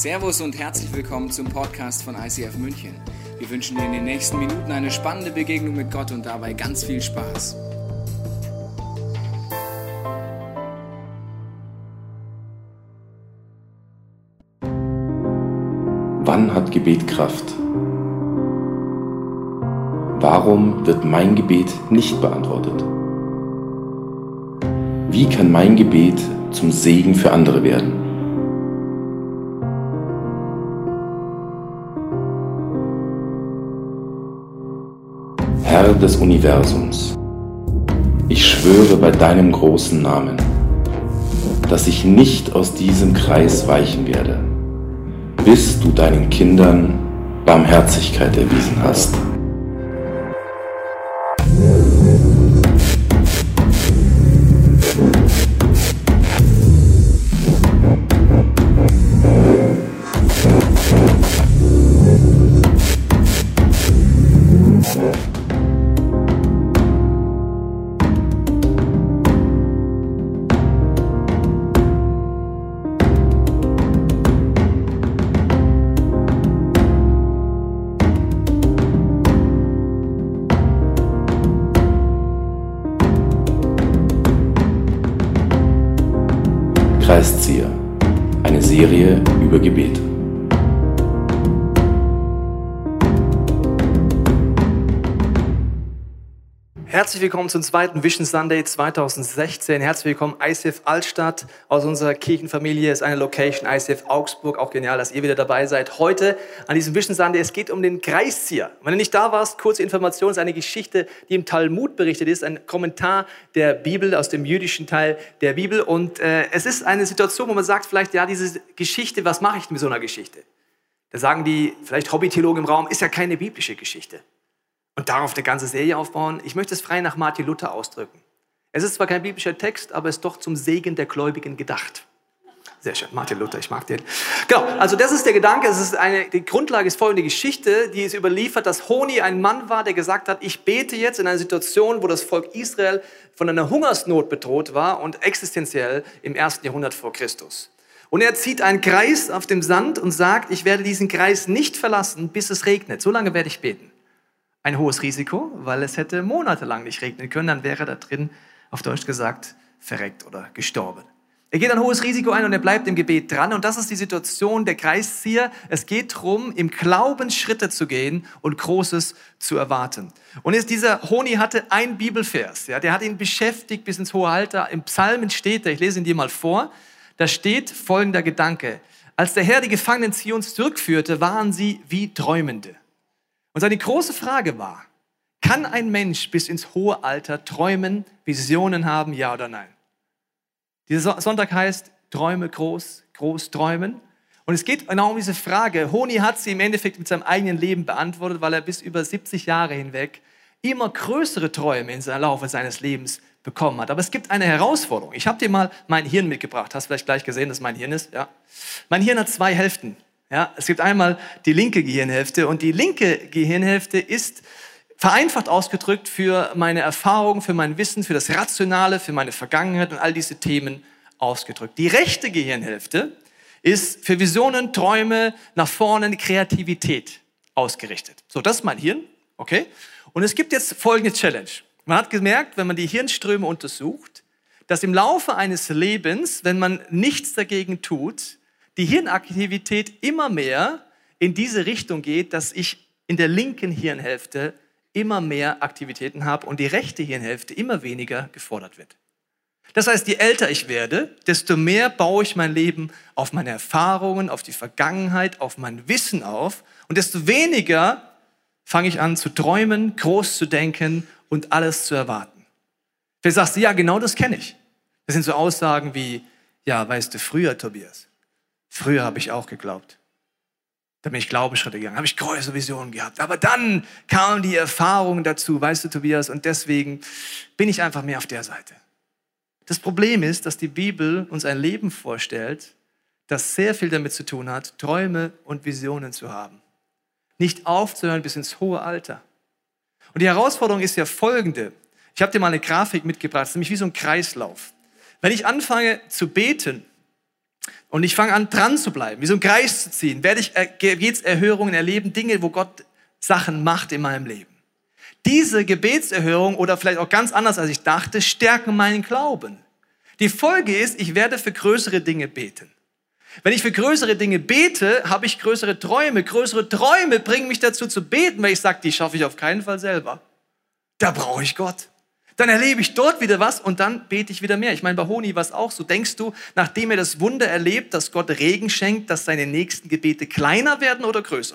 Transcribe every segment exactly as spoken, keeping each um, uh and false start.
Servus und herzlich willkommen zum Podcast von I C F München. Wir wünschen dir in den nächsten Minuten eine spannende Begegnung mit Gott und dabei ganz viel Spaß. Wann hat Gebet Kraft? Warum wird mein Gebet nicht beantwortet? Wie kann mein Gebet zum Segen für andere werden? Herr des Universums, ich schwöre bei deinem großen Namen, dass ich nicht aus diesem Kreis weichen werde, bis du deinen Kindern Barmherzigkeit erwiesen hast. Kreiszieher, eine Serie über Gebet. Herzlich willkommen zum zweiten Vision Sunday zwanzig sechzehn. Herzlich willkommen I C F Altstadt aus unserer Kirchenfamilie. Es ist eine Location I C F Augsburg. Auch genial, dass ihr wieder dabei seid. Heute an diesem Vision Sunday, es geht um den Kreiszieher. Wenn du nicht da warst, kurze Information, es ist eine Geschichte, die im Talmud berichtet ist, ein Kommentar der Bibel aus dem jüdischen Teil der Bibel. Und äh, es ist eine Situation, wo man sagt vielleicht, ja, diese Geschichte, was mache ich mit so einer Geschichte? Da sagen die vielleicht Hobbytheologen im Raum, ist ja keine biblische Geschichte. Und darauf eine ganze Serie aufbauen. Ich möchte es frei nach Martin Luther ausdrücken. Es ist zwar kein biblischer Text, aber es ist doch zum Segen der Gläubigen gedacht. Sehr schön, Martin Luther, ich mag den. Genau, also das ist der Gedanke. Es ist eine, die Grundlage ist folgende Geschichte, die ist überliefert, dass Honi ein Mann war, der gesagt hat, ich bete jetzt in einer Situation, wo das Volk Israel von einer Hungersnot bedroht war und existenziell im ersten Jahrhundert vor Christus. Und er zieht einen Kreis auf dem Sand und sagt, ich werde diesen Kreis nicht verlassen, bis es regnet. So lange werde ich beten. Ein hohes Risiko, weil es hätte monatelang nicht regnen können, dann wäre er da drin, auf Deutsch gesagt, verreckt oder gestorben. Er geht ein hohes Risiko ein und er bleibt im Gebet dran und das ist die Situation der Kreiszieher. Es geht darum, im Glauben Schritte zu gehen und Großes zu erwarten. Und jetzt dieser Honi hatte einen Bibelvers, ja, der hat ihn beschäftigt bis ins hohe Alter. Im Psalmen steht er, ich lese ihn dir mal vor, da steht folgender Gedanke. Als der Herr die Gefangenen Zions zurückführte, waren sie wie Träumende. Und seine große Frage war, kann ein Mensch bis ins hohe Alter träumen, Visionen haben, ja oder nein? Dieser Sonntag heißt, träume groß, groß träumen. Und es geht genau um diese Frage. Honi hat sie im Endeffekt mit seinem eigenen Leben beantwortet, weil er bis über siebzig Jahre hinweg immer größere Träume in seinem Laufe seines Lebens bekommen hat. Aber es gibt eine Herausforderung. Ich habe dir mal mein Hirn mitgebracht. Hast vielleicht gleich gesehen, dass mein Hirn ist? Ja. Mein Hirn hat zwei Hälften. Ja, es gibt einmal die linke Gehirnhälfte und die linke Gehirnhälfte ist vereinfacht ausgedrückt für meine Erfahrung, für mein Wissen, für das Rationale, für meine Vergangenheit und all diese Themen ausgedrückt. Die rechte Gehirnhälfte ist für Visionen, Träume, nach vorne, die Kreativität ausgerichtet. So, das ist mein Hirn, okay? Und es gibt jetzt folgende Challenge. Man hat gemerkt, wenn man die Hirnströme untersucht, dass im Laufe eines Lebens, wenn man nichts dagegen tut, die Hirnaktivität immer mehr in diese Richtung geht, dass ich in der linken Hirnhälfte immer mehr Aktivitäten habe und die rechte Hirnhälfte immer weniger gefordert wird. Das heißt, je älter ich werde, desto mehr baue ich mein Leben auf meine Erfahrungen, auf die Vergangenheit, auf mein Wissen auf und desto weniger fange ich an zu träumen, groß zu denken und alles zu erwarten. Vielleicht sagst du, ja, genau das kenne ich. Das sind so Aussagen wie, ja, weißt du, früher, Tobias, früher habe ich auch geglaubt. Da bin ich Glaubensschritte gegangen, habe ich große Visionen gehabt. Aber dann kamen die Erfahrungen dazu, weißt du, Tobias, und deswegen bin ich einfach mehr auf der Seite. Das Problem ist, dass die Bibel uns ein Leben vorstellt, das sehr viel damit zu tun hat, Träume und Visionen zu haben. Nicht aufzuhören bis ins hohe Alter. Und die Herausforderung ist ja folgende. Ich habe dir mal eine Grafik mitgebracht, das ist nämlich wie so ein Kreislauf. Wenn ich anfange zu beten, Und ich fange an, dran zu bleiben, wie so ein Kreis zu ziehen, werde ich Gebetserhörungen erleben, Dinge, wo Gott Sachen macht in meinem Leben. Diese Gebetserhörung oder vielleicht auch ganz anders, als ich dachte, stärken meinen Glauben. Die Folge ist, ich werde für größere Dinge beten. Wenn ich für größere Dinge bete, habe ich größere Träume. Größere Träume bringen mich dazu zu beten, weil ich sage, die schaffe ich auf keinen Fall selber. Da brauche ich Gott. Dann erlebe ich dort wieder was und dann bete ich wieder mehr. Ich meine, bei Honi war es auch so. Denkst du, nachdem er das Wunder erlebt, dass Gott Regen schenkt, dass seine nächsten Gebete kleiner werden oder größer?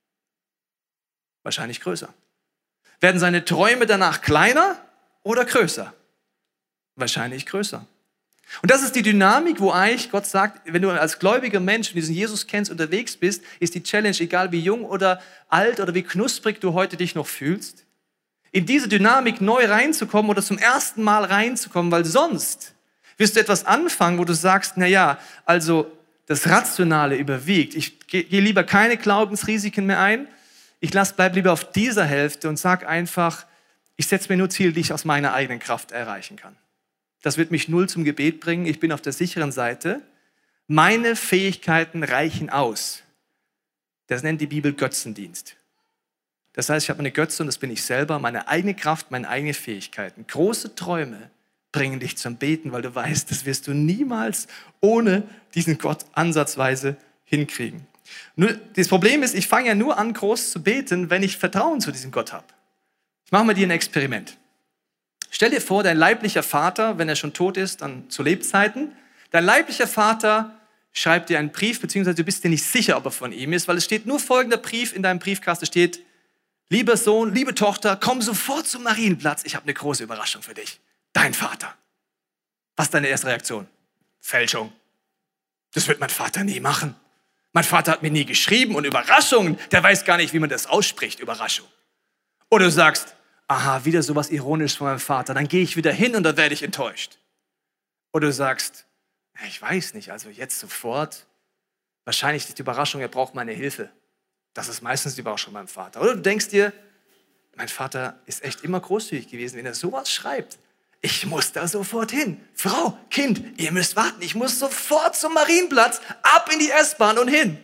Wahrscheinlich größer. Werden seine Träume danach kleiner oder größer? Wahrscheinlich größer. Und das ist die Dynamik, wo eigentlich Gott sagt, wenn du als gläubiger Mensch, wenn du diesen Jesus kennst, unterwegs bist, ist die Challenge, egal wie jung oder alt oder wie knusprig du heute dich noch fühlst, in diese Dynamik neu reinzukommen oder zum ersten Mal reinzukommen, weil sonst wirst du etwas anfangen, wo du sagst, na ja, also das Rationale überwiegt. Ich gehe lieber keine Glaubensrisiken mehr ein. Ich lass, bleib lieber auf dieser Hälfte und sag einfach, ich setze mir nur Ziele, die ich aus meiner eigenen Kraft erreichen kann. Das wird mich null zum Gebet bringen. Ich bin auf der sicheren Seite. Meine Fähigkeiten reichen aus. Das nennt die Bibel Götzendienst. Das heißt, ich habe eine Götze und das bin ich selber, meine eigene Kraft, meine eigenen Fähigkeiten. Große Träume bringen dich zum Beten, weil du weißt, das wirst du niemals ohne diesen Gott ansatzweise hinkriegen. Nur das Problem ist, ich fange ja nur an, groß zu beten, wenn ich Vertrauen zu diesem Gott habe. Ich mache mal dir ein Experiment. Stell dir vor, dein leiblicher Vater, wenn er schon tot ist, dann zu Lebzeiten, dein leiblicher Vater schreibt dir einen Brief, beziehungsweise du bist dir nicht sicher, ob er von ihm ist, weil es steht nur folgender Brief in deinem Briefkasten, steht, lieber Sohn, liebe Tochter, komm sofort zum Marienplatz, ich habe eine große Überraschung für dich. Dein Vater. Was ist deine erste Reaktion? Fälschung. Das wird mein Vater nie machen. Mein Vater hat mir nie geschrieben und Überraschungen, der weiß gar nicht, wie man das ausspricht, Überraschung. Oder du sagst, aha, wieder sowas Ironisches von meinem Vater, dann gehe ich wieder hin und dann werde ich enttäuscht. Oder du sagst, ich weiß nicht, also jetzt sofort, wahrscheinlich ist die Überraschung, er braucht meine Hilfe. Das ist meistens die Überraschung meinem Vater. Oder du denkst dir, mein Vater ist echt immer großzügig gewesen, wenn er sowas schreibt. Ich muss da sofort hin. Frau, Kind, ihr müsst warten, ich muss sofort zum Marienplatz, ab in die S-Bahn und hin.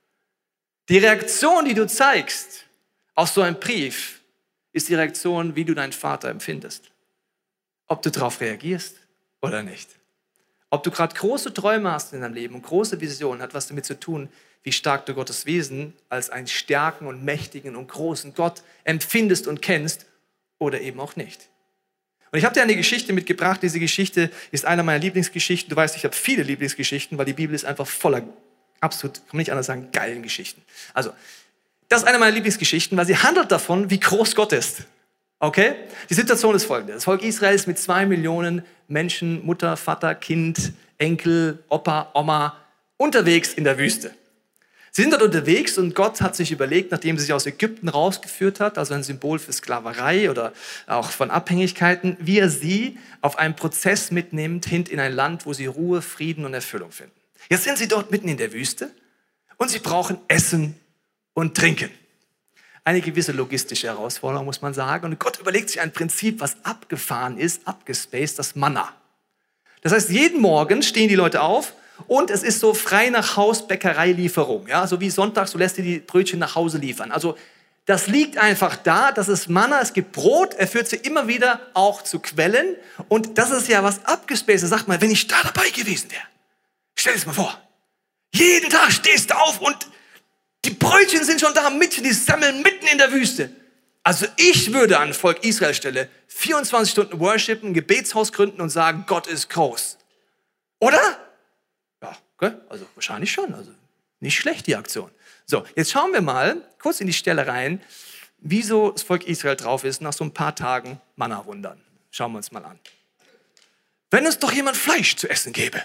Die Reaktion, die du zeigst auf so einen Brief, ist die Reaktion, wie du deinen Vater empfindest. Ob du darauf reagierst oder nicht. Ob du gerade große Träume hast in deinem Leben und große Visionen, hat was damit zu tun, wie stark du Gottes Wesen als einen starken und mächtigen und großen Gott empfindest und kennst oder eben auch nicht. Und ich habe dir eine Geschichte mitgebracht. Diese Geschichte ist eine meiner Lieblingsgeschichten. Du weißt, ich habe viele Lieblingsgeschichten, weil die Bibel ist einfach voller, absolut, kann man nicht anders sagen, geilen Geschichten. Also, das ist eine meiner Lieblingsgeschichten, weil sie handelt davon, wie groß Gott ist. Okay? Die Situation ist folgende. Das Volk Israel ist mit zwei Millionen Menschen, Mutter, Vater, Kind, Enkel, Opa, Oma, unterwegs in der Wüste. Sie sind dort unterwegs und Gott hat sich überlegt, nachdem er sich aus Ägypten rausgeführt hat, also ein Symbol für Sklaverei oder auch von Abhängigkeiten, wie er sie auf einen Prozess mitnimmt, hin in ein Land, wo sie Ruhe, Frieden und Erfüllung finden. Jetzt sind sie dort mitten in der Wüste und sie brauchen Essen und Trinken. Eine gewisse logistische Herausforderung, muss man sagen. Und Gott überlegt sich ein Prinzip, was abgefahren ist, abgespaced, das Manna. Das heißt, jeden Morgen stehen die Leute auf und es ist so frei nach Haus Bäckereilieferung. Ja? So wie sonntags, du lässt dir die Brötchen nach Hause liefern. Also das liegt einfach da, das ist Manna, es gibt Brot, er führt sie immer wieder auch zu Quellen. Und das ist ja was abgespaced. Sagt mal, wenn ich da dabei gewesen wäre, stell dir das mal vor. Jeden Tag stehst du auf und die Brötchen sind schon da, mitten, die sammeln mitten in der Wüste. Also ich würde an Volk Israel Stelle vierundzwanzig Stunden worshipen, ein Gebetshaus gründen und sagen, Gott ist groß. Oder? Ja, okay, also wahrscheinlich schon. Also nicht schlecht, die Aktion. So, jetzt schauen wir mal kurz in die Stelle rein, wieso das Volk Israel drauf ist nach so ein paar Tagen Manna-Wundern. Schauen wir uns mal an. Wenn uns doch jemand Fleisch zu essen gäbe.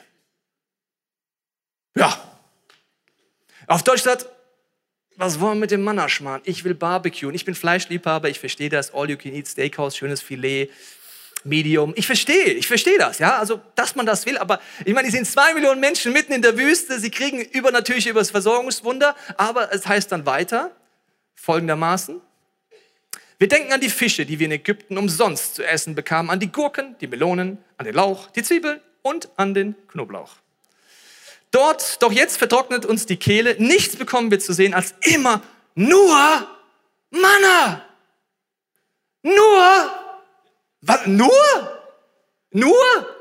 Ja. Auf Deutsch sagt, was wollen wir mit dem Manna schmarrn? Ich will Barbecue. Ich bin Fleischliebhaber, ich verstehe das. All you can eat Steakhouse, schönes Filet, Medium. Ich verstehe, ich verstehe das, ja. Also, dass man das will. Aber ich meine, die sind zwei Millionen Menschen mitten in der Wüste. Sie kriegen übernatürlich über das Versorgungswunder. Aber es heißt dann weiter, folgendermaßen. Wir denken an die Fische, die wir in Ägypten umsonst zu essen bekamen. An die Gurken, die Melonen, an den Lauch, die Zwiebeln und an den Knoblauch. Dort, doch jetzt vertrocknet uns die Kehle, nichts bekommen wir zu sehen, als immer nur Manna. Nur? Was? Nur? Nur?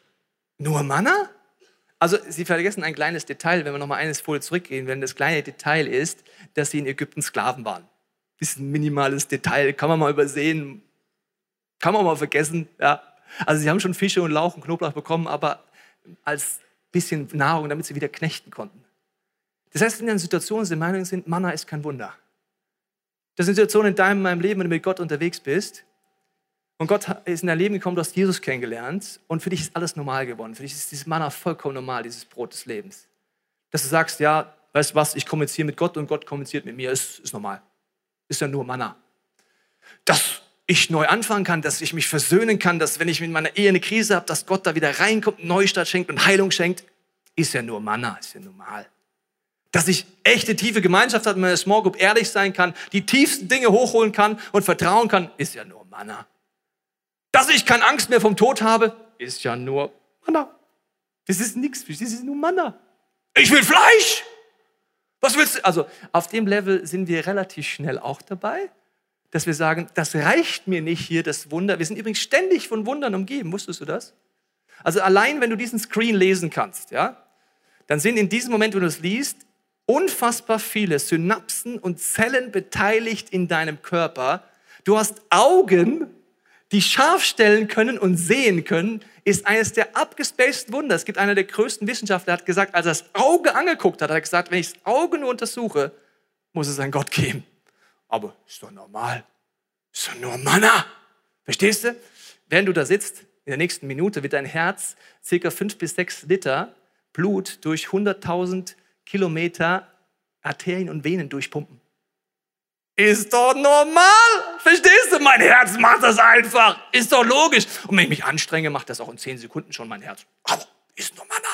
Nur Manna? Also, Sie vergessen ein kleines Detail, wenn wir noch mal eines Folie zurückgehen, wenn das kleine Detail ist, dass sie in Ägypten Sklaven waren. Das ist ein minimales Detail, kann man mal übersehen, kann man mal vergessen. Ja. Also, sie haben schon Fische und Lauch und Knoblauch bekommen, aber als bisschen Nahrung, damit sie wieder knechten konnten. Das heißt, in einer Situation, sie der Meinung sind, Manna ist kein Wunder. Das sind Situationen in deinem, meinem Leben, wenn du mit Gott unterwegs bist und Gott ist in dein Leben gekommen, du hast Jesus kennengelernt und für dich ist alles normal geworden. Für dich ist dieses Manna vollkommen normal, dieses Brot des Lebens. Dass du sagst, ja, weißt du was, ich kommuniziere mit Gott und Gott kommuniziert mit mir, ist, ist normal. Ist ja nur Manna. Dass ich neu anfangen kann, dass ich mich versöhnen kann, dass wenn ich mit meiner Ehe eine Krise habe, dass Gott da wieder reinkommt, Neustart schenkt und Heilung schenkt, ist ja nur Manna, ist ja normal. Dass ich echte, tiefe Gemeinschaft habe, mit meiner Small Group ehrlich sein kann, die tiefsten Dinge hochholen kann und vertrauen kann, ist ja nur Manna. Dass ich keine Angst mehr vom Tod habe, ist ja nur Manna. Das ist nichts, das ist nur Manna. Ich will Fleisch! Was willst du? Also auf dem Level sind wir relativ schnell auch dabei, dass wir sagen, das reicht mir nicht hier, das Wunder. Wir sind übrigens ständig von Wundern umgeben, wusstest du das? Also allein, wenn du diesen Screen lesen kannst, ja, dann sind in diesem Moment, wenn du es liest, unfassbar viele Synapsen und Zellen beteiligt in deinem Körper. Du hast Augen, die scharf stellen können und sehen können, ist eines der abgespaceden Wunder. Es gibt einer der größten Wissenschaftler, der hat gesagt, als er das Auge angeguckt hat, hat er gesagt, wenn ich das Auge nur untersuche, muss es einen Gott geben. Aber ist doch normal. Ist doch nur Manna. Verstehst du? Während du da sitzt, in der nächsten Minute wird dein Herz circa fünf bis sechs Liter Blut durch hunderttausend Kilometer Arterien und Venen durchpumpen. Ist doch normal. Verstehst du? Mein Herz macht das einfach. Ist doch logisch. Und wenn ich mich anstrenge, macht das auch in zehn Sekunden schon mein Herz. Aber ist nur Manna.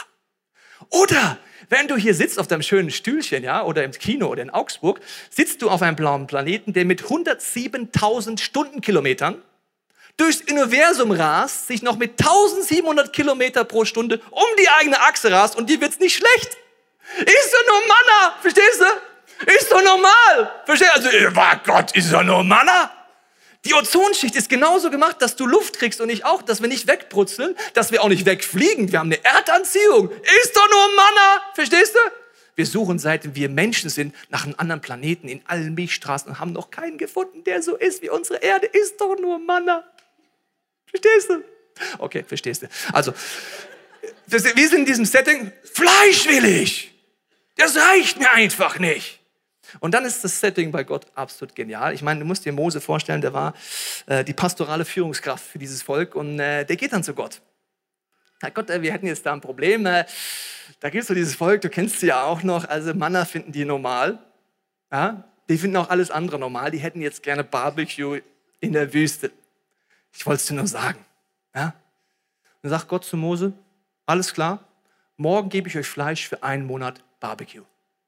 Oder wenn du hier sitzt auf deinem schönen Stühlchen, ja, oder im Kino oder in Augsburg, sitzt du auf einem blauen Planeten, der mit hundertsiebentausend Stundenkilometern durchs Universum rast, sich noch mit tausendsiebenhundert Kilometer pro Stunde um die eigene Achse rast und dir wird's nicht schlecht. Ist doch nur Manna, verstehst du? Ist doch normal, verstehst du? Also, oh Gott, ist doch nur Manna. Die Ozonschicht ist genauso gemacht, dass du Luft kriegst und ich auch, dass wir nicht wegbrutzeln, dass wir auch nicht wegfliegen. Wir haben eine Erdanziehung. Ist doch nur Manna, verstehst du? Wir suchen, seit wir Menschen sind, nach einem anderen Planeten in allen Milchstraßen und haben noch keinen gefunden, der so ist wie unsere Erde. Ist doch nur Manna. Verstehst du? Okay, verstehst du. Also, wir sind in diesem Setting, Fleisch will ich. Das reicht mir einfach nicht. Und dann ist das Setting bei Gott absolut genial. Ich meine, du musst dir Mose vorstellen, der war äh, die pastorale Führungskraft für dieses Volk und äh, der geht dann zu Gott. Herr Gott, äh, wir hätten jetzt da ein Problem. Äh, da gibt es so dieses Volk, du kennst sie ja auch noch, also Manna finden die normal. Ja? Die finden auch alles andere normal. Die hätten jetzt gerne Barbecue in der Wüste. Ich wollte es dir nur sagen. Ja? Dann sagt Gott zu Mose, alles klar, morgen gebe ich euch Fleisch für einen Monat Barbecue.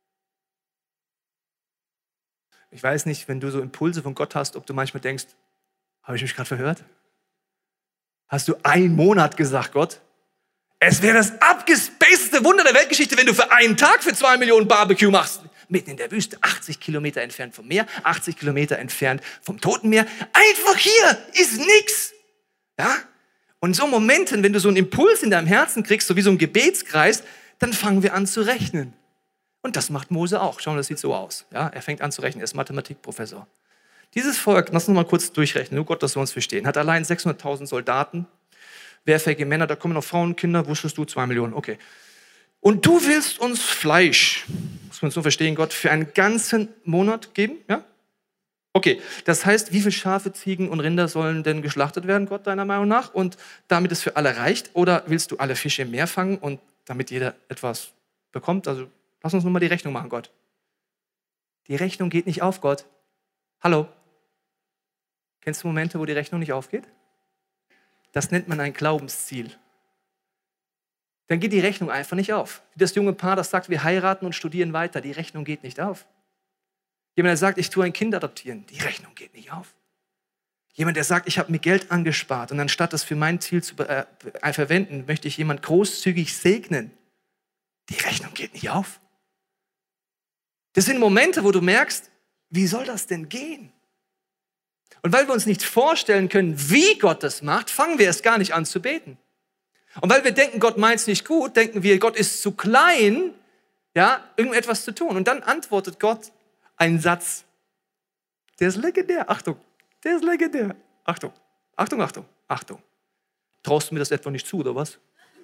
Ich weiß nicht, wenn du so Impulse von Gott hast, ob du manchmal denkst, habe ich mich gerade verhört? Hast du einen Monat gesagt, Gott? Es wäre das abgespacedeste Wunder der Weltgeschichte, wenn du für einen Tag für zwei Millionen Barbecue machst. Mitten in der Wüste, achtzig Kilometer entfernt vom Meer, achtzig Kilometer entfernt vom Toten Meer. Einfach hier ist nix. Ja? Und in so Momenten, wenn du so einen Impuls in deinem Herzen kriegst, so wie so ein Gebetskreis, dann fangen wir an zu rechnen. Und das macht Mose auch. Schau mal, das sieht so aus. Ja, er fängt an zu rechnen, er ist Mathematikprofessor. Dieses Volk, lass uns mal kurz durchrechnen, nur Gott, dass wir uns verstehen, hat allein sechshunderttausend Soldaten, wehrfähige Männer, da kommen noch Frauen, Kinder, wusstest du, zwei Millionen, okay. Und du willst uns Fleisch, muss man so verstehen, Gott, für einen ganzen Monat geben, ja? Okay, das heißt, wie viele Schafe, Ziegen und Rinder sollen denn geschlachtet werden, Gott, deiner Meinung nach? Und damit es für alle reicht? Oder willst du alle Fische im Meer fangen und damit jeder etwas bekommt? Also lass uns nur mal die Rechnung machen, Gott. Die Rechnung geht nicht auf, Gott. Hallo? Kennst du Momente, wo die Rechnung nicht aufgeht? Das nennt man ein Glaubensziel. Dann geht die Rechnung einfach nicht auf. Wie das junge Paar, das sagt, wir heiraten und studieren weiter. Die Rechnung geht nicht auf. Jemand, der sagt, ich tue ein Kind adoptieren. Die Rechnung geht nicht auf. Jemand, der sagt, ich habe mir Geld angespart und anstatt das für mein Ziel zu äh, verwenden, möchte ich jemand großzügig segnen. die Rechnung geht nicht auf. Das sind Momente, wo du merkst, wie soll das denn gehen? Und weil wir uns nicht vorstellen können, wie Gott das macht, fangen wir erst gar nicht an zu beten. Und weil wir denken, Gott meint es nicht gut, denken wir, Gott ist zu klein, ja, irgendetwas zu tun. Und dann antwortet Gott einen Satz. Der ist legendär. Achtung, der ist legendär. Achtung, Achtung, Achtung, Achtung. Traust du mir das etwa nicht zu, oder was?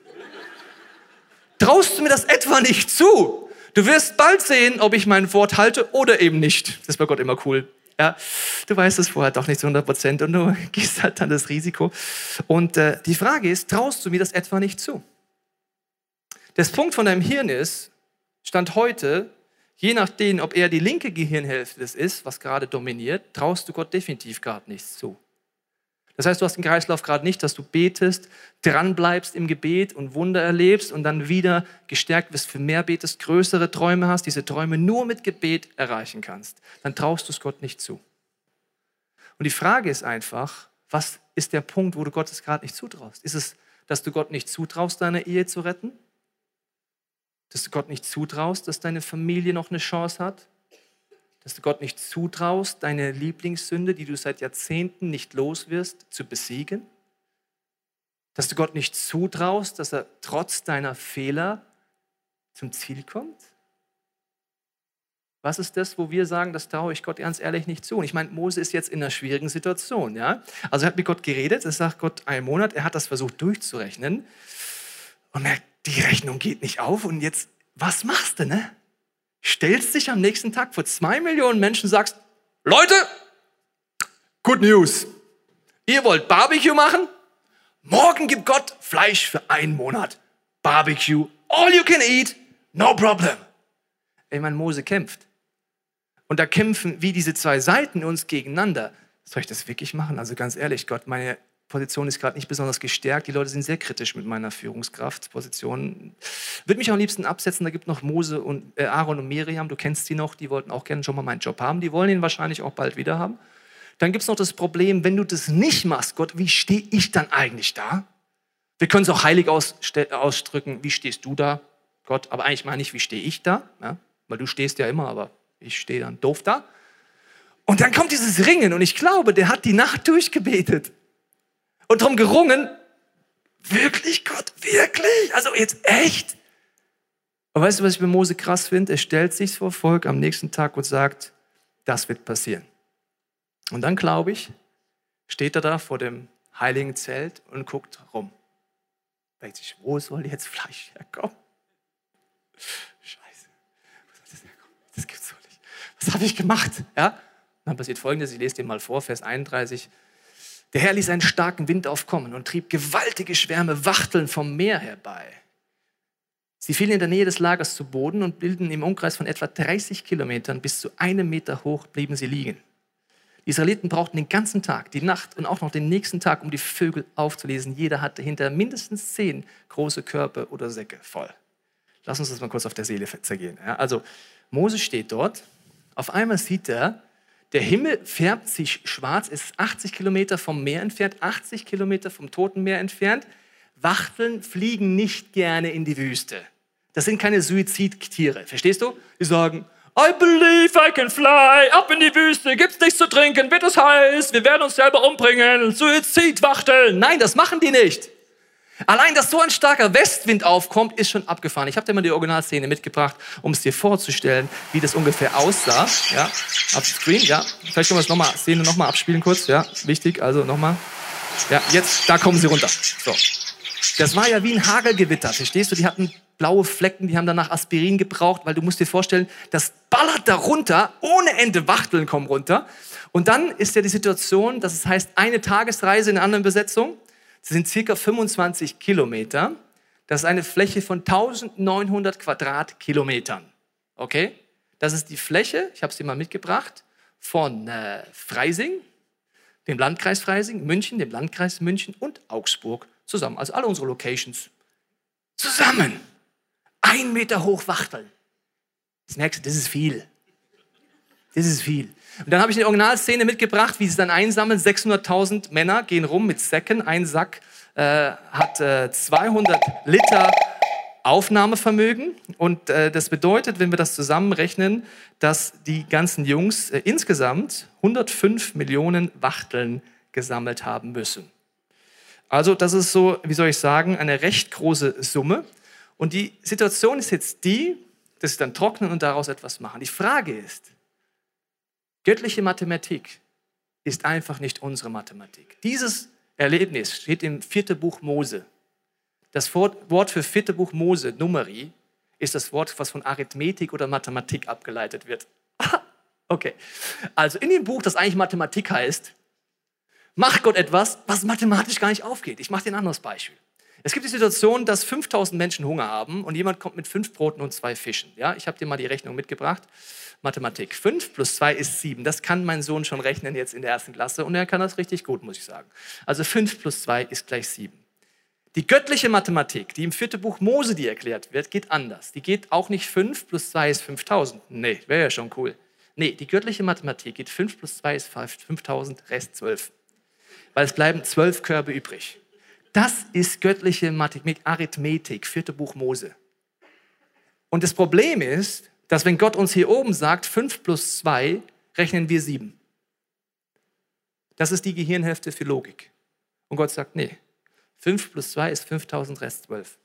Traust du mir das etwa nicht zu? Du wirst bald sehen, ob ich mein Wort halte oder eben nicht. Das ist bei Gott immer cool. Ja, du weißt es vorher doch nicht zu hundert Prozent und du gehst halt dann das Risiko. Und äh, die Frage ist, traust du mir das etwa nicht zu? Das Punkt von deinem Hirn ist, Stand heute, je nachdem, ob eher die linke Gehirnhälfte das ist, was gerade dominiert, traust du Gott definitiv gerade nichts zu. Das heißt, du hast den Kreislauf gerade nicht, dass du betest, dranbleibst im Gebet und Wunder erlebst und dann wieder gestärkt wirst, für mehr betest, größere Träume hast, diese Träume nur mit Gebet erreichen kannst. Dann traust du es Gott nicht zu. Und die Frage ist einfach, was ist der Punkt, wo du Gott es gerade nicht zutraust? Ist es, dass du Gott nicht zutraust, deine Ehe zu retten? Dass du Gott nicht zutraust, dass deine Familie noch eine Chance hat? Dass du Gott nicht zutraust, deine Lieblingssünde, die du seit Jahrzehnten nicht los wirst, zu besiegen? Dass du Gott nicht zutraust, dass er trotz deiner Fehler zum Ziel kommt? Was ist das, wo wir sagen, das traue ich Gott ganz ehrlich nicht zu? Und ich meine, Mose ist jetzt in einer schwierigen Situation. Ja? Also er hat mit Gott geredet, es sagt Gott einen Monat, er hat das versucht durchzurechnen und merkt, die Rechnung geht nicht auf und jetzt, was machst du, ne? Stellst dich am nächsten Tag vor zwei Millionen Menschen und sagst, Leute, good news. Ihr wollt Barbecue machen? Morgen gibt Gott Fleisch für einen Monat. Barbecue, all you can eat, no problem. Ich meine, Mose kämpft. Und da kämpfen wie diese zwei Seiten uns gegeneinander. Soll ich das wirklich machen? Also ganz ehrlich, Gott, meine Position ist gerade nicht besonders gestärkt. Die Leute sind sehr kritisch mit meiner Führungskraftposition. Würde mich am liebsten absetzen. Da gibt noch Mose und äh, Aaron und Miriam. Du kennst die noch. Die wollten auch gerne schon mal meinen Job haben. Die wollen ihn wahrscheinlich auch bald wieder haben. Dann gibt es noch das Problem, wenn du das nicht machst, Gott, wie stehe ich dann eigentlich da? Wir können es auch heilig ausdrücken. Wie stehst du da, Gott? Aber eigentlich meine ich, wie stehe ich da? Ja? Weil du stehst ja immer, aber ich stehe dann doof da. Und dann kommt dieses Ringen. Und ich glaube, der hat die Nacht durchgebetet. Und darum gerungen, wirklich Gott, wirklich? Also jetzt echt? Aber weißt du, was ich bei Mose krass finde? Er stellt sich vor Volk am nächsten Tag und sagt, das wird passieren. Und dann, glaube ich, steht er da vor dem heiligen Zelt und guckt rum. Denkt sich, wo soll jetzt Fleisch herkommen? Scheiße, wo soll das herkommen? Das gibt's doch nicht. Was habe ich gemacht? Ja? Dann passiert Folgendes, ich lese dir mal vor, Vers einunddreißig. Der Herr ließ einen starken Wind aufkommen und trieb gewaltige Schwärme Wachteln vom Meer herbei. Sie fielen in der Nähe des Lagers zu Boden und bilden im Umkreis von etwa dreißig Kilometern bis zu einem Meter hoch blieben sie liegen. Die Israeliten brauchten den ganzen Tag, die Nacht und auch noch den nächsten Tag, um die Vögel aufzulesen. Jeder hatte hinter mindestens zehn große Körbe oder Säcke voll. Lass uns das mal kurz auf der Seele zergehen. Ja, also Mose steht dort, auf einmal sieht er, der Himmel färbt sich schwarz, es ist achtzig Kilometer vom Meer entfernt, achtzig Kilometer vom Toten Meer entfernt. Wachteln fliegen nicht gerne in die Wüste. Das sind keine Suizidtiere, verstehst du? Die sagen, I believe I can fly, ab in die Wüste, gibt's nichts zu trinken, wird es heiß, wir werden uns selber umbringen, Suizidwachteln. Nein, das machen die nicht. Allein, dass so ein starker Westwind aufkommt, ist schon abgefahren. Ich habe dir mal die Originalszene mitgebracht, um es dir vorzustellen, wie das ungefähr aussah. Ja, auf Screen, ja. Vielleicht können wir es nochmal, Szene nochmal abspielen kurz. Ja, wichtig, also nochmal. Ja, jetzt, da kommen sie runter. So. Das war ja wie ein Hagelgewitter, verstehst du? Die hatten blaue Flecken, die haben danach Aspirin gebraucht, weil du musst dir vorstellen, das ballert da runter, ohne Ende Wachteln kommen runter. Und dann ist ja die Situation, dass es heißt, eine Tagesreise in einer anderen Besetzung. Das sind circa fünfundzwanzig Kilometer. Das ist eine Fläche von eintausendneunhundert Quadratkilometern. Okay? Das ist die Fläche, ich habe es dir mal mitgebracht, von äh, Freising, dem Landkreis Freising, München, dem Landkreis München und Augsburg zusammen. Also alle unsere Locations zusammen. Ein Meter hoch Wachteln. Das merkst du, das ist viel. Das ist viel. Und dann habe ich eine Originalszene mitgebracht, wie sie dann einsammeln. sechshunderttausend Männer gehen rum mit Säcken. Ein Sack äh, hat äh, zweihundert Liter Aufnahmevermögen. Und äh, das bedeutet, wenn wir das zusammenrechnen, dass die ganzen Jungs äh, insgesamt hundertfünf Millionen Wachteln gesammelt haben müssen. Also das ist so, wie soll ich sagen, eine recht große Summe. Und die Situation ist jetzt die, dass sie dann trocknen und daraus etwas machen. Die Frage ist, göttliche Mathematik ist einfach nicht unsere Mathematik. Dieses Erlebnis steht im vierten Buch Mose. Das Wort für vierte Buch Mose, Numeri, ist das Wort, was von Arithmetik oder Mathematik abgeleitet wird. Okay, also in dem Buch, das eigentlich Mathematik heißt, macht Gott etwas, was mathematisch gar nicht aufgeht. Ich mache dir ein anderes Beispiel. Es gibt die Situation, dass fünftausend Menschen Hunger haben und jemand kommt mit fünf Broten und zwei Fischen. Ja, ich habe dir mal die Rechnung mitgebracht. Mathematik. fünf plus zwei ist sieben. Das kann mein Sohn schon rechnen jetzt in der ersten Klasse und er kann das richtig gut, muss ich sagen. Also fünf plus zwei ist gleich sieben. Die göttliche Mathematik, die im vierten Buch Mose die erklärt wird, geht anders. Die geht auch nicht fünf plus zwei ist fünftausend. Nee, wäre ja schon cool. Nee, die göttliche Mathematik geht fünf plus zwei ist fünftausend, Rest zwölf. Weil es bleiben zwölf Körbe übrig. Das ist göttliche Mathematik, Arithmetik, viertes Buch Mose. Und das Problem ist, dass wenn Gott uns hier oben sagt, fünf plus zwei, rechnen wir sieben. Das ist die Gehirnhälfte für Logik. Und Gott sagt, nee, fünf plus zwei ist fünftausend, Rest zwölf.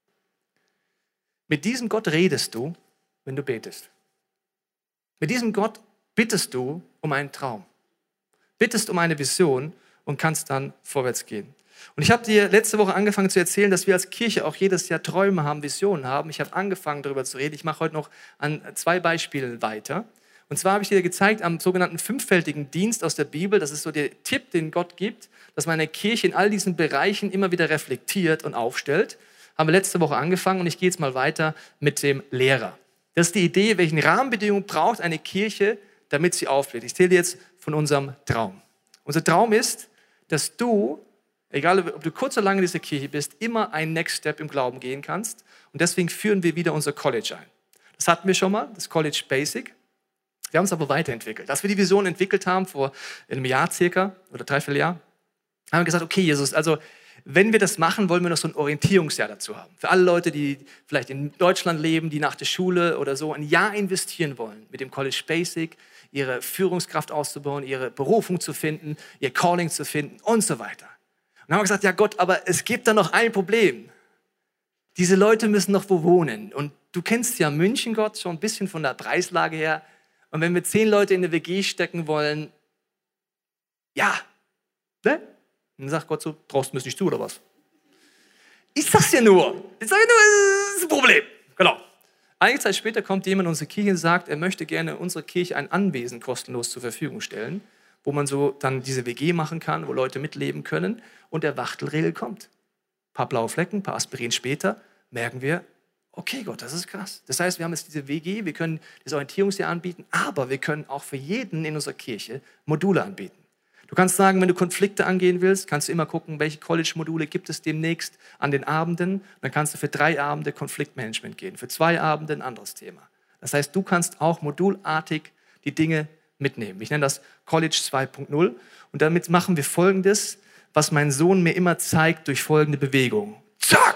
Mit diesem Gott redest du, wenn du betest. Mit diesem Gott bittest du um einen Traum. Bittest um eine Vision und kannst dann vorwärts gehen. Und ich habe dir letzte Woche angefangen zu erzählen, dass wir als Kirche auch jedes Jahr Träume haben, Visionen haben. Ich habe angefangen, darüber zu reden. Ich mache heute noch an zwei Beispielen weiter. Und zwar habe ich dir gezeigt am sogenannten fünffältigen Dienst aus der Bibel. Das ist so der Tipp, den Gott gibt, dass man eine Kirche in all diesen Bereichen immer wieder reflektiert und aufstellt. Haben wir letzte Woche angefangen und ich gehe jetzt mal weiter mit dem Lehrer. Das ist die Idee, welchen Rahmenbedingungen braucht eine Kirche, damit sie auflädt. Ich erzähle dir jetzt von unserem Traum. Unser Traum ist, dass du, egal ob du kurz oder lange in dieser Kirche bist, immer einen Next Step im Glauben gehen kannst. Und deswegen führen wir wieder unser College ein. Das hatten wir schon mal, das College Basic. Wir haben es aber weiterentwickelt. Als wir die Vision entwickelt haben, vor einem Jahr circa, oder dreiviertel Jahr, haben wir gesagt, okay, Jesus, also wenn wir das machen, wollen wir noch so ein Orientierungsjahr dazu haben. Für alle Leute, die vielleicht in Deutschland leben, die nach der Schule oder so ein Jahr investieren wollen mit dem College Basic, ihre Führungskraft auszubauen, ihre Berufung zu finden, ihr Calling zu finden und so weiter. Und dann haben wir gesagt, ja Gott, aber es gibt da noch ein Problem. Diese Leute müssen noch wo wohnen. Und du kennst ja München, Gott, schon ein bisschen von der Preislage her. Und wenn wir zehn Leute in eine W G stecken wollen, ja, ne? Und dann sagt Gott so, traust du mir nicht zu oder was? Ich sag's ja nur. Ich sage nur, das ist ein Problem. Genau. Einige Zeit später kommt jemand in unsere Kirche und sagt, er möchte gerne unserer Kirche ein Anwesen kostenlos zur Verfügung stellen, wo man so dann diese W G machen kann, wo Leute mitleben können. Und der Wachtelregel kommt. Ein paar blaue Flecken, ein paar Aspirin später, merken wir, okay Gott, das ist krass. Das heißt, wir haben jetzt diese W G, wir können das Orientierungsjahr anbieten, aber wir können auch für jeden in unserer Kirche Module anbieten. Du kannst sagen, wenn du Konflikte angehen willst, kannst du immer gucken, welche College-Module gibt es demnächst an den Abenden. Dann kannst du für drei Abende Konfliktmanagement gehen, für zwei Abende ein anderes Thema. Das heißt, du kannst auch modulartig die Dinge mitnehmen. Ich nenne das College zwei Punkt null. Und damit machen wir Folgendes, was mein Sohn mir immer zeigt durch folgende Bewegung. Zack!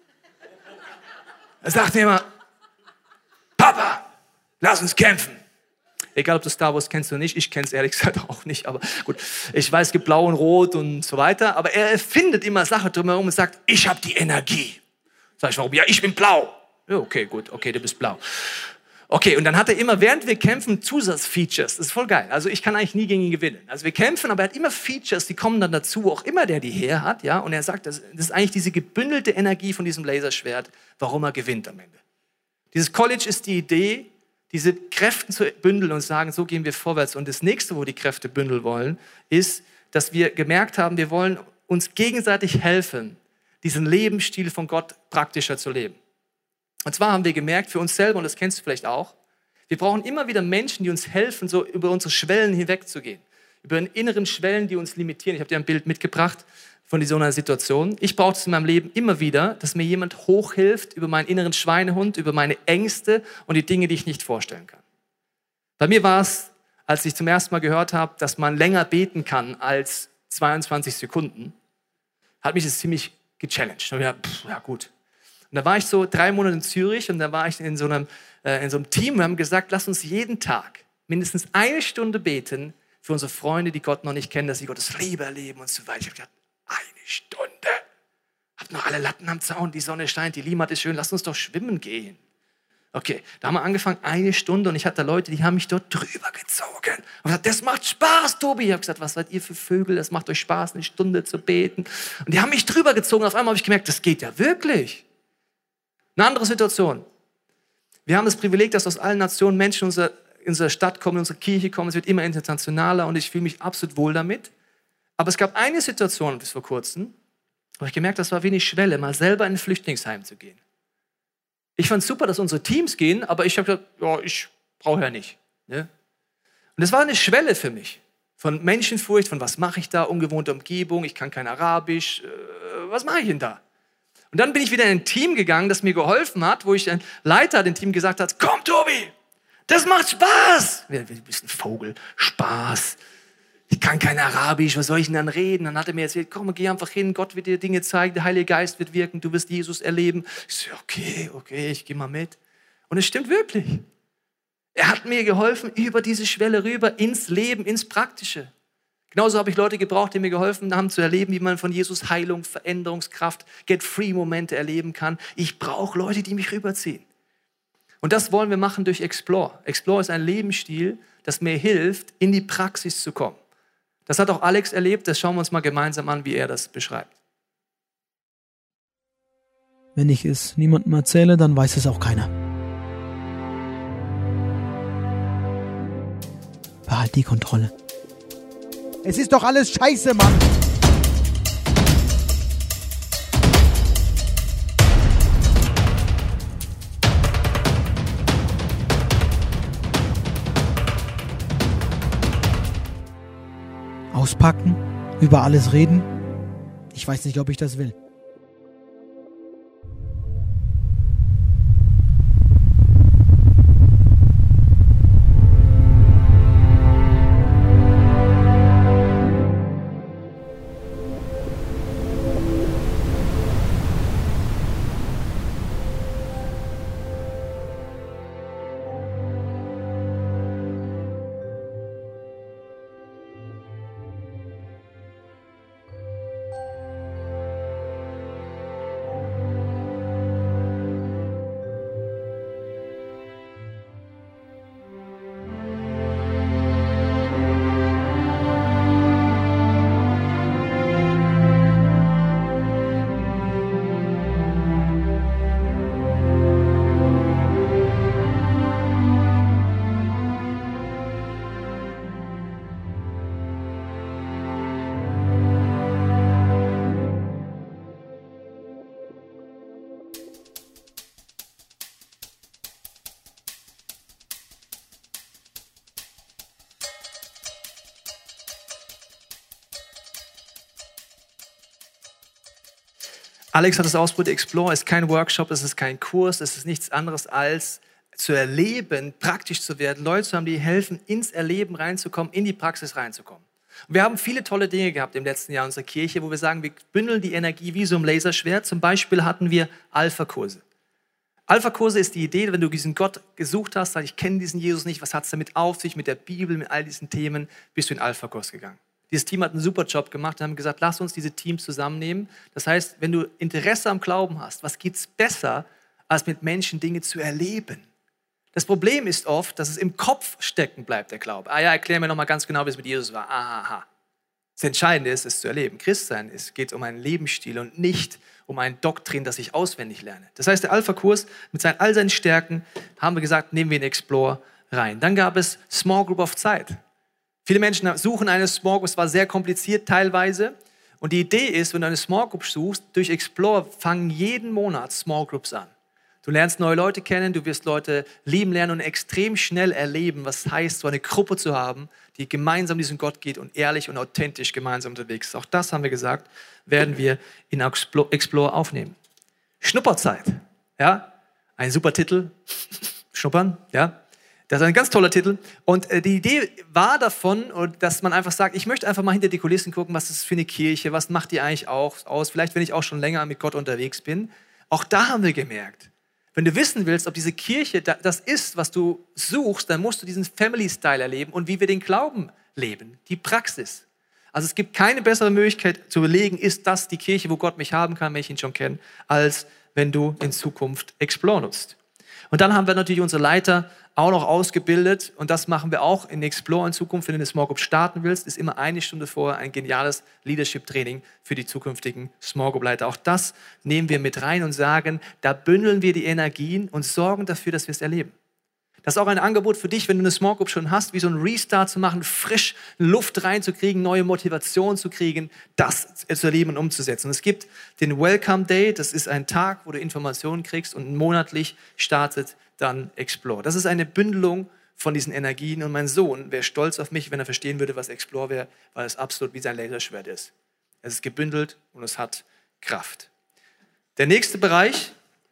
Er sagt mir immer, Papa, lass uns kämpfen. Egal, ob du Star Wars kennst oder nicht, ich kenne es ehrlich gesagt auch nicht, aber gut. Ich weiß, es gibt Blau und Rot und so weiter, aber er erfindet immer Sachen drumherum und sagt, ich habe die Energie. Sag ich, warum? Ja, ich bin blau. Ja, okay, gut, okay, du bist blau. Okay, und dann hat er immer, während wir kämpfen, Zusatzfeatures. Das ist voll geil. Also ich kann eigentlich nie gegen ihn gewinnen. Also wir kämpfen, aber er hat immer Features, die kommen dann dazu, wo auch immer der die her hat, ja. Und er sagt, das, das ist eigentlich diese gebündelte Energie von diesem Laserschwert, warum er gewinnt am Ende. Dieses College ist die Idee, diese Kräfte zu bündeln und sagen, so gehen wir vorwärts. Und das nächste, wo die Kräfte bündeln wollen, ist, dass wir gemerkt haben, wir wollen uns gegenseitig helfen, diesen Lebensstil von Gott praktischer zu leben. Und zwar haben wir gemerkt, für uns selber, und das kennst du vielleicht auch, wir brauchen immer wieder Menschen, die uns helfen, so über unsere Schwellen hinwegzugehen. Über die inneren Schwellen, die uns limitieren. Ich habe dir ein Bild mitgebracht von so einer Situation. Ich brauche es in meinem Leben immer wieder, dass mir jemand hochhilft über meinen inneren Schweinehund, über meine Ängste und die Dinge, die ich nicht vorstellen kann. Bei mir war es, als ich zum ersten Mal gehört habe, dass man länger beten kann als zweiundzwanzig Sekunden, hat mich das ziemlich gechallenged. Da habe ich gedacht, pff, ja gut. Und da war ich so drei Monate in Zürich und da war ich in so einem, äh, in so einem Team. Wir haben gesagt, lass uns jeden Tag mindestens eine Stunde beten für unsere Freunde, die Gott noch nicht kennen, dass sie Gottes Liebe erleben und so weiter. Ich habe gedacht, eine Stunde. Habt noch alle Latten am Zaun, die Sonne scheint, die Limmat ist schön, lasst uns doch schwimmen gehen. Okay, da haben wir angefangen, eine Stunde und ich hatte Leute, die haben mich dort drüber gezogen. Und gesagt, das macht Spaß, Tobi. Ich habe gesagt, was seid ihr für Vögel, das macht euch Spaß, eine Stunde zu beten. Und die haben mich drüber gezogen. Auf einmal habe ich gemerkt, das geht ja wirklich. Eine andere Situation. Wir haben das Privileg, dass aus allen Nationen Menschen in unsere, in unsere Stadt kommen, in unsere Kirche kommen. Es wird immer internationaler und ich fühle mich absolut wohl damit. Aber es gab eine Situation bis vor kurzem, wo ich gemerkt habe, das war wenig Schwelle, mal selber in ein Flüchtlingsheim zu gehen. Ich fand es super, dass unsere Teams gehen, aber ich habe gesagt, ja, ich brauche ja nicht. Ne? Und das war eine Schwelle für mich. Von Menschenfurcht, von was mache ich da, ungewohnte Umgebung, ich kann kein Arabisch, äh, was mache ich denn da? Und dann bin ich wieder in ein Team gegangen, das mir geholfen hat, wo ich ein Leiter dem Team gesagt hat, komm Tobi, das macht Spaß. Du bist ein Vogel, Spaß. Ich kann kein Arabisch, was soll ich denn dann reden? Dann hat er mir erzählt, komm, geh einfach hin, Gott wird dir Dinge zeigen, der Heilige Geist wird wirken, du wirst Jesus erleben. Ich so, okay, okay, ich gehe mal mit. Und es stimmt wirklich. Er hat mir geholfen, über diese Schwelle rüber ins Leben, ins Praktische. Genauso habe ich Leute gebraucht, die mir geholfen haben, zu erleben, wie man von Jesus Heilung, Veränderungskraft, Get-Free-Momente erleben kann. Ich brauche Leute, die mich rüberziehen. Und das wollen wir machen durch Explore. Explore ist ein Lebensstil, das mir hilft, in die Praxis zu kommen. Das hat auch Alex erlebt, das schauen wir uns mal gemeinsam an, wie er das beschreibt. Wenn ich es niemandem erzähle, dann weiß es auch keiner. Behalt die Kontrolle. Es ist doch alles scheiße, Mann! Auspacken, über alles reden. Ich weiß nicht, ob ich das will. Alex hat das ausprobiert. Explore ist kein Workshop, es ist kein Kurs, es ist nichts anderes als zu erleben, praktisch zu werden, Leute zu haben, die helfen, ins Erleben reinzukommen, in die Praxis reinzukommen. Und wir haben viele tolle Dinge gehabt im letzten Jahr in unserer Kirche, wo wir sagen, wir bündeln die Energie wie so ein Laserschwert. Zum Beispiel hatten wir Alpha-Kurse. Alpha-Kurse ist die Idee, wenn du diesen Gott gesucht hast, sagst, ich kenne diesen Jesus nicht, was hat es damit auf sich, mit der Bibel, mit all diesen Themen, bist du in den Alpha-Kurs gegangen. Dieses Team hat einen super Job gemacht und haben gesagt, lass uns diese Teams zusammennehmen. Das heißt, wenn du Interesse am Glauben hast, was gibt es besser, als mit Menschen Dinge zu erleben? Das Problem ist oft, dass es im Kopf stecken bleibt, der Glaube. Ah ja, erklär mir nochmal ganz genau, wie es mit Jesus war. Aha. Das Entscheidende ist, es zu erleben. Christsein, es geht um einen Lebensstil und nicht um ein Doktrin, das ich auswendig lerne. Das heißt, der Alpha-Kurs mit seinen, all seinen Stärken, haben wir gesagt, nehmen wir in Explore rein. Dann gab es Small Group auf Zeit. Viele Menschen suchen eine Small Group, es war sehr kompliziert teilweise. Und die Idee ist, wenn du eine Small Group suchst, durch Explore fangen jeden Monat Small Groups an. Du lernst neue Leute kennen, du wirst Leute lieben lernen und extrem schnell erleben, was es heißt, so eine Gruppe zu haben, die gemeinsam diesen Gott geht und ehrlich und authentisch gemeinsam unterwegs ist. Auch das, haben wir gesagt, werden wir in Explore aufnehmen. Schnupperzeit, ja, ein super Titel, Schnuppern, ja. Das ist ein ganz toller Titel. Und die Idee war davon, dass man einfach sagt, ich möchte einfach mal hinter die Kulissen gucken, was ist das für eine Kirche, was macht die eigentlich auch aus, vielleicht wenn ich auch schon länger mit Gott unterwegs bin. Auch da haben wir gemerkt, wenn du wissen willst, ob diese Kirche das ist, was du suchst, dann musst du diesen Family-Style erleben und wie wir den Glauben leben, die Praxis. Also es gibt keine bessere Möglichkeit zu überlegen, ist das die Kirche, wo Gott mich haben kann, wenn ich ihn schon kenne, als wenn du in Zukunft Explore nutzt. Und dann haben wir natürlich unsere Leiter auch noch ausgebildet und das machen wir auch in Explore in Zukunft. Wenn du eine Small Group starten willst, ist immer eine Stunde vorher ein geniales Leadership-Training für die zukünftigen Small Group Leiter. Auch das nehmen wir mit rein und sagen, da bündeln wir die Energien und sorgen dafür, dass wir es erleben. Das ist auch ein Angebot für dich, wenn du eine Small Group schon hast, wie so ein Restart zu machen, frisch Luft reinzukriegen, neue Motivation zu kriegen, das zu erleben und umzusetzen. Und es gibt den Welcome Day, das ist ein Tag, wo du Informationen kriegst und monatlich startet dann Explore. Das ist eine Bündelung von diesen Energien und mein Sohn wäre stolz auf mich, wenn er verstehen würde, was Explore wäre, weil es absolut wie sein Laserschwert ist. Es ist gebündelt und es hat Kraft. Der nächste Bereich,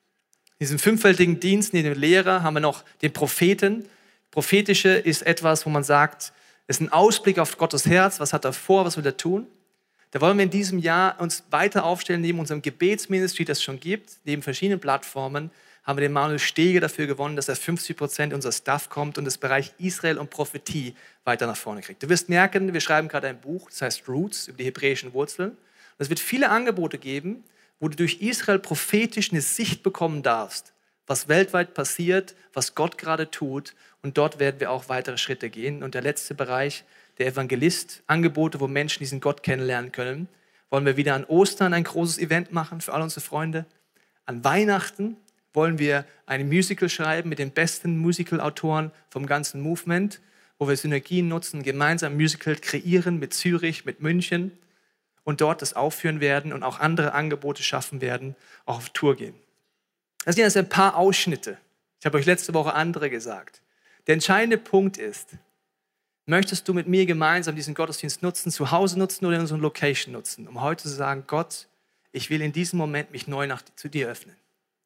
in diesem fünffältigen Dienst, neben dem Lehrer, haben wir noch den Propheten. Prophetische ist etwas, wo man sagt, es ist ein Ausblick auf Gottes Herz, was hat er vor, was will er tun. Da wollen wir in diesem Jahr uns weiter aufstellen, neben unserem Gebetsministry, das es schon gibt, neben verschiedenen Plattformen, haben wir den Manuel Stege dafür gewonnen, dass er fünfzig Prozent unserer Staff kommt und das Bereich Israel und Prophetie weiter nach vorne kriegt. Du wirst merken, wir schreiben gerade ein Buch, das heißt Roots, über die hebräischen Wurzeln. Und es wird viele Angebote geben, wo du durch Israel prophetisch eine Sicht bekommen darfst, was weltweit passiert, was Gott gerade tut. Und dort werden wir auch weitere Schritte gehen. Und der letzte Bereich, der Evangelist, Angebote, wo Menschen diesen Gott kennenlernen können. Wollen wir wieder an Ostern ein großes Event machen für all unsere Freunde. An Weihnachten wollen wir ein Musical schreiben mit den besten Musical-Autoren vom ganzen Movement, wo wir Synergien nutzen, gemeinsam ein Musical kreieren mit Zürich, mit München. Und dort das aufführen werden und auch andere Angebote schaffen werden, auch auf Tour gehen. Das sind jetzt ein paar Ausschnitte. Ich habe euch letzte Woche andere gesagt. Der entscheidende Punkt ist, möchtest du mit mir gemeinsam diesen Gottesdienst nutzen, zu Hause nutzen oder in unserer Location nutzen, um heute zu sagen, Gott, ich will in diesem Moment mich neu nach, zu dir öffnen.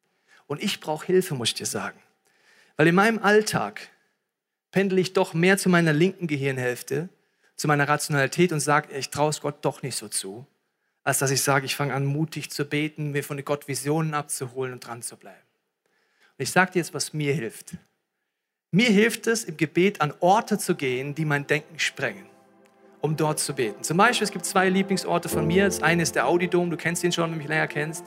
Und ich brauche Hilfe, muss ich dir sagen. Weil in meinem Alltag pendel ich doch mehr zu meiner linken Gehirnhälfte, zu meiner Rationalität und sage, ich traue es Gott doch nicht so zu, als dass ich sage, ich fange an, mutig zu beten, mir von Gott Visionen abzuholen und dran zu bleiben. Und ich sage dir jetzt, was mir hilft. Mir hilft es, im Gebet an Orte zu gehen, die mein Denken sprengen, um dort zu beten. Zum Beispiel, es gibt zwei Lieblingsorte von mir. Das eine ist der Audi-Dom, du kennst ihn schon, wenn du mich länger kennst,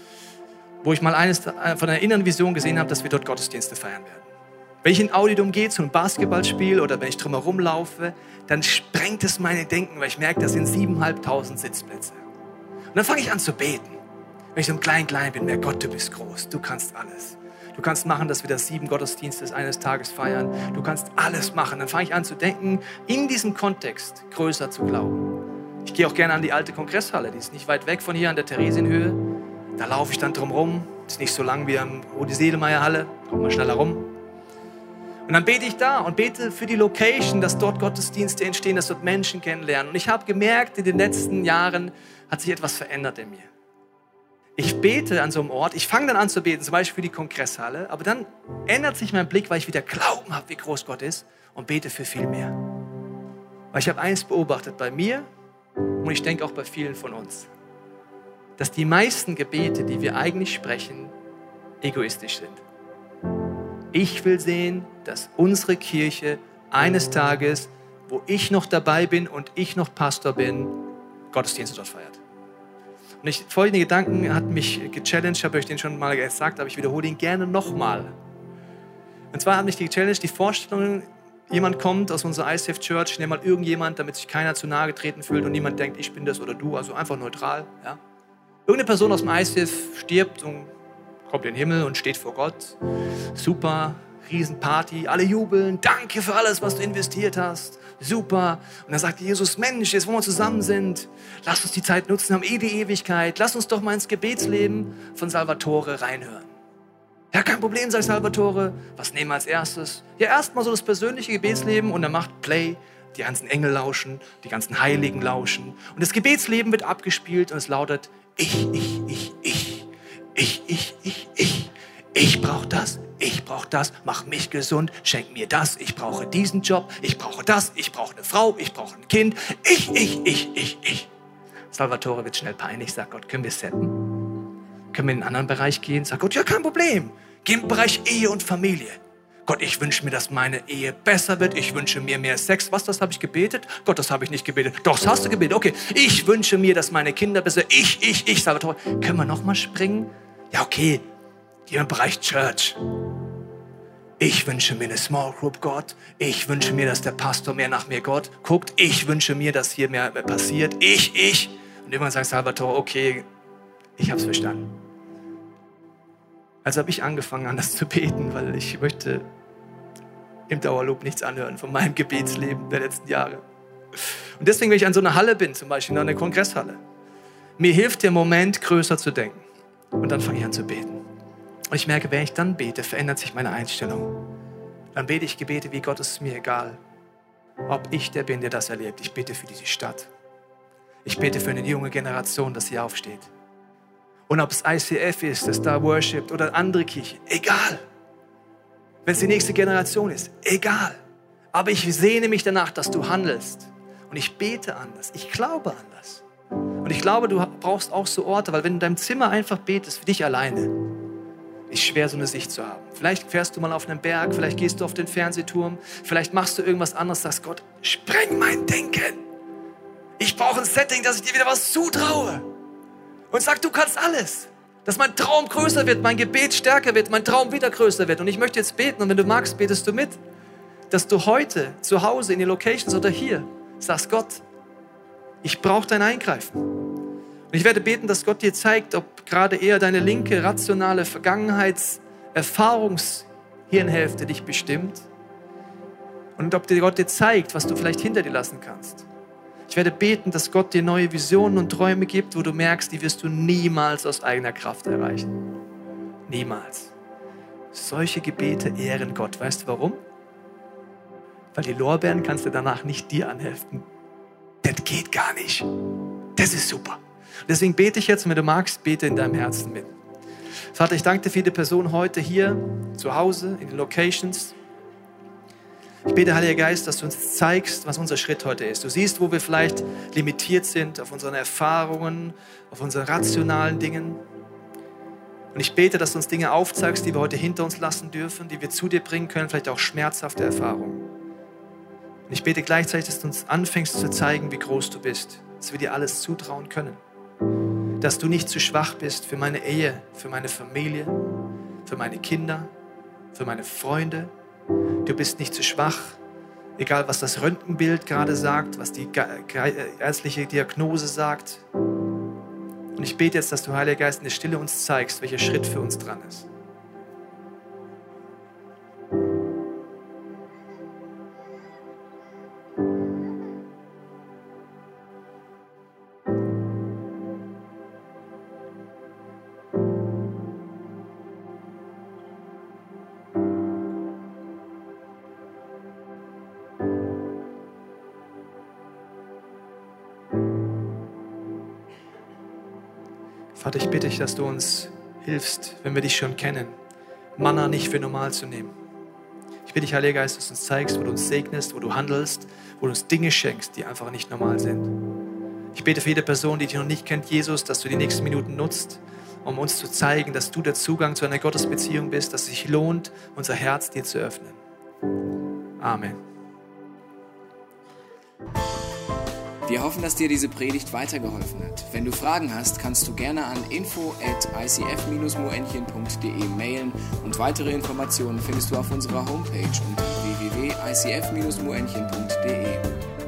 wo ich mal eines von einer inneren Vision gesehen habe, dass wir dort Gottesdienste feiern werden. Wenn ich in Audi-Dom gehe zu einem Basketballspiel oder wenn ich drumherum laufe, dann sprengt es meine Denken, weil ich merke, das sind siebeneinhalbtausend Sitzplätze. Und dann fange ich an zu beten. Wenn ich so klein, klein bin, merke Gott, du bist groß, du kannst alles. Du kannst machen, dass wir das sieben Gottesdienstes eines Tages feiern. Du kannst alles machen. Dann fange ich an zu denken, in diesem Kontext größer zu glauben. Ich gehe auch gerne an die alte Kongresshalle, die ist nicht weit weg von hier an der Theresienhöhe. Da laufe ich dann drumherum, ist nicht so lang wie am Rudi-Sedelmeier-Halle, kommt man schneller rum. Und dann bete ich da und bete für die Location, dass dort Gottesdienste entstehen, dass dort Menschen kennenlernen. Und ich habe gemerkt, in den letzten Jahren hat sich etwas verändert in mir. Ich bete an so einem Ort, ich fange dann an zu beten, zum Beispiel für die Kongresshalle, aber dann ändert sich mein Blick, weil ich wieder Glauben habe, wie groß Gott ist und bete für viel mehr. Weil ich habe eins beobachtet bei mir und ich denke auch bei vielen von uns, dass die meisten Gebete, die wir eigentlich sprechen, egoistisch sind. Ich will sehen, dass unsere Kirche eines Tages, wo ich noch dabei bin und ich noch Pastor bin, Gottesdienste dort feiert. Und ich, folgende Gedanken hat mich gechallenged, ich habe euch den schon mal gesagt, aber ich wiederhole ihn gerne nochmal. Und zwar hat mich die gechallenged, die Vorstellung, jemand kommt aus unserer I C F Church, nimm mal irgendjemand, damit sich keiner zu nahe getreten fühlt und niemand denkt, ich bin das oder du, also einfach neutral. Ja? Irgendeine Person aus dem I C F stirbt und kommt in den Himmel und steht vor Gott. Super, Riesenparty, alle jubeln, danke für alles, was du investiert hast. Super. Und dann sagt Jesus, Mensch, jetzt wo wir zusammen sind, lass uns die Zeit nutzen, haben eh die Ewigkeit, lass uns doch mal ins Gebetsleben von Salvatore reinhören. Ja, kein Problem, sagt Salvatore. Was nehmen wir als erstes? Ja, erstmal so das persönliche Gebetsleben und er macht Play. Die ganzen Engel lauschen, die ganzen Heiligen lauschen. Und das Gebetsleben wird abgespielt und es lautet, ich, ich, ich, ich, ich, ich, ich, ich. Ich brauche das, ich brauche das, mach mich gesund, schenk mir das, ich brauche diesen Job, ich brauche das, ich brauche eine Frau, ich brauche ein Kind, ich, ich, ich, ich, ich. Salvatore wird schnell peinlich, sagt Gott, können wir setten? Können wir in einen anderen Bereich gehen? Sag Gott, ja, kein Problem. Geh im Bereich Ehe und Familie. Gott, ich wünsche mir, dass meine Ehe besser wird. Ich wünsche mir mehr Sex. Was, das habe ich gebetet? Gott, das habe ich nicht gebetet. Doch, das hast du gebetet. Okay, ich wünsche mir, dass meine Kinder besser... Ich, ich, ich, Salvatore. Können wir nochmal springen? Ja, okay. Hier im Bereich Church. Ich wünsche mir eine Small Group, Gott. Ich wünsche mir, dass der Pastor mehr nach mir Gott guckt. Ich wünsche mir, dass hier mehr passiert. Ich, ich. Und irgendwann sagt Salvatore, okay, ich habe es verstanden. Also habe ich angefangen, anders zu beten, weil ich möchte im Dauerloop nichts anhören von meinem Gebetsleben der letzten Jahre. Und deswegen, wenn ich an so einer Halle bin, zum Beispiel in einer Kongresshalle, mir hilft der Moment, größer zu denken. Und dann fange ich an zu beten. Und ich merke, wenn ich dann bete, verändert sich meine Einstellung. Dann bete ich Gebete wie Gott, es ist mir egal, ob ich der bin, der das erlebt. Ich bete für diese Stadt. Ich bete für eine junge Generation, dass sie aufsteht. Und ob es I C F ist, das da worshipt oder andere Kirche, egal. Wenn es die nächste Generation ist, egal. Aber ich sehne mich danach, dass du handelst. Und ich bete anders. Ich glaube anders. Und ich glaube, du brauchst auch so Orte, weil wenn du in deinem Zimmer einfach betest, für dich alleine, ist schwer, so eine Sicht zu haben. Vielleicht fährst du mal auf einen Berg, vielleicht gehst du auf den Fernsehturm, vielleicht machst du irgendwas anderes, sagst Gott, spreng mein Denken. Ich brauche ein Setting, dass ich dir wieder was zutraue. Und sag, du kannst alles. Dass mein Traum größer wird, mein Gebet stärker wird, mein Traum wieder größer wird. Und ich möchte jetzt beten, und wenn du magst, betest du mit, dass du heute zu Hause in den Locations oder hier sagst, Gott, ich brauche dein Eingreifen. Und ich werde beten, dass Gott dir zeigt, ob gerade eher deine linke, rationale Vergangenheits-Erfahrungshirnhälfte dich bestimmt und ob dir Gott dir zeigt, was du vielleicht hinter dir lassen kannst. Ich werde beten, dass Gott dir neue Visionen und Träume gibt, wo du merkst, die wirst du niemals aus eigener Kraft erreichen. Niemals. Solche Gebete ehren Gott. Weißt du warum? Weil die Lorbeeren kannst du danach nicht dir anheften. Das geht gar nicht. Das ist super. Deswegen bete ich jetzt, und wenn du magst, bete in deinem Herzen mit. Vater, ich danke dir für jede Person heute hier, zu Hause, in den Locations. Ich bete, Heiliger Geist, dass du uns zeigst, was unser Schritt heute ist. Du siehst, wo wir vielleicht limitiert sind auf unseren Erfahrungen, auf unseren rationalen Dingen. Und ich bete, dass du uns Dinge aufzeigst, die wir heute hinter uns lassen dürfen, die wir zu dir bringen können, vielleicht auch schmerzhafte Erfahrungen. Und ich bete gleichzeitig, dass du uns anfängst zu zeigen, wie groß du bist, dass wir dir alles zutrauen können. Dass du nicht zu schwach bist für meine Ehe, für meine Familie, für meine Kinder, für meine Freunde. Du bist nicht zu schwach, egal was das Röntgenbild gerade sagt, was die ärztliche Diagnose sagt. Und ich bete jetzt, dass du, Heiliger Geist, in der Stille uns zeigst, welcher Schritt für uns dran ist. Vater, ich bitte dich, dass du uns hilfst, wenn wir dich schon kennen, Manna nicht für normal zu nehmen. Ich bitte dich, Heiliger Geist, dass du uns zeigst, wo du uns segnest, wo du handelst, wo du uns Dinge schenkst, die einfach nicht normal sind. Ich bete für jede Person, die dich noch nicht kennt, Jesus, dass du die nächsten Minuten nutzt, um uns zu zeigen, dass du der Zugang zu einer Gottesbeziehung bist, dass es sich lohnt, unser Herz dir zu öffnen. Amen. Wir hoffen, dass dir diese Predigt weitergeholfen hat. Wenn du Fragen hast, kannst du gerne an info at i c f dash moenchen punkt d e mailen und weitere Informationen findest du auf unserer Homepage unter w w w punkt i c f dash moenchen punkt d e.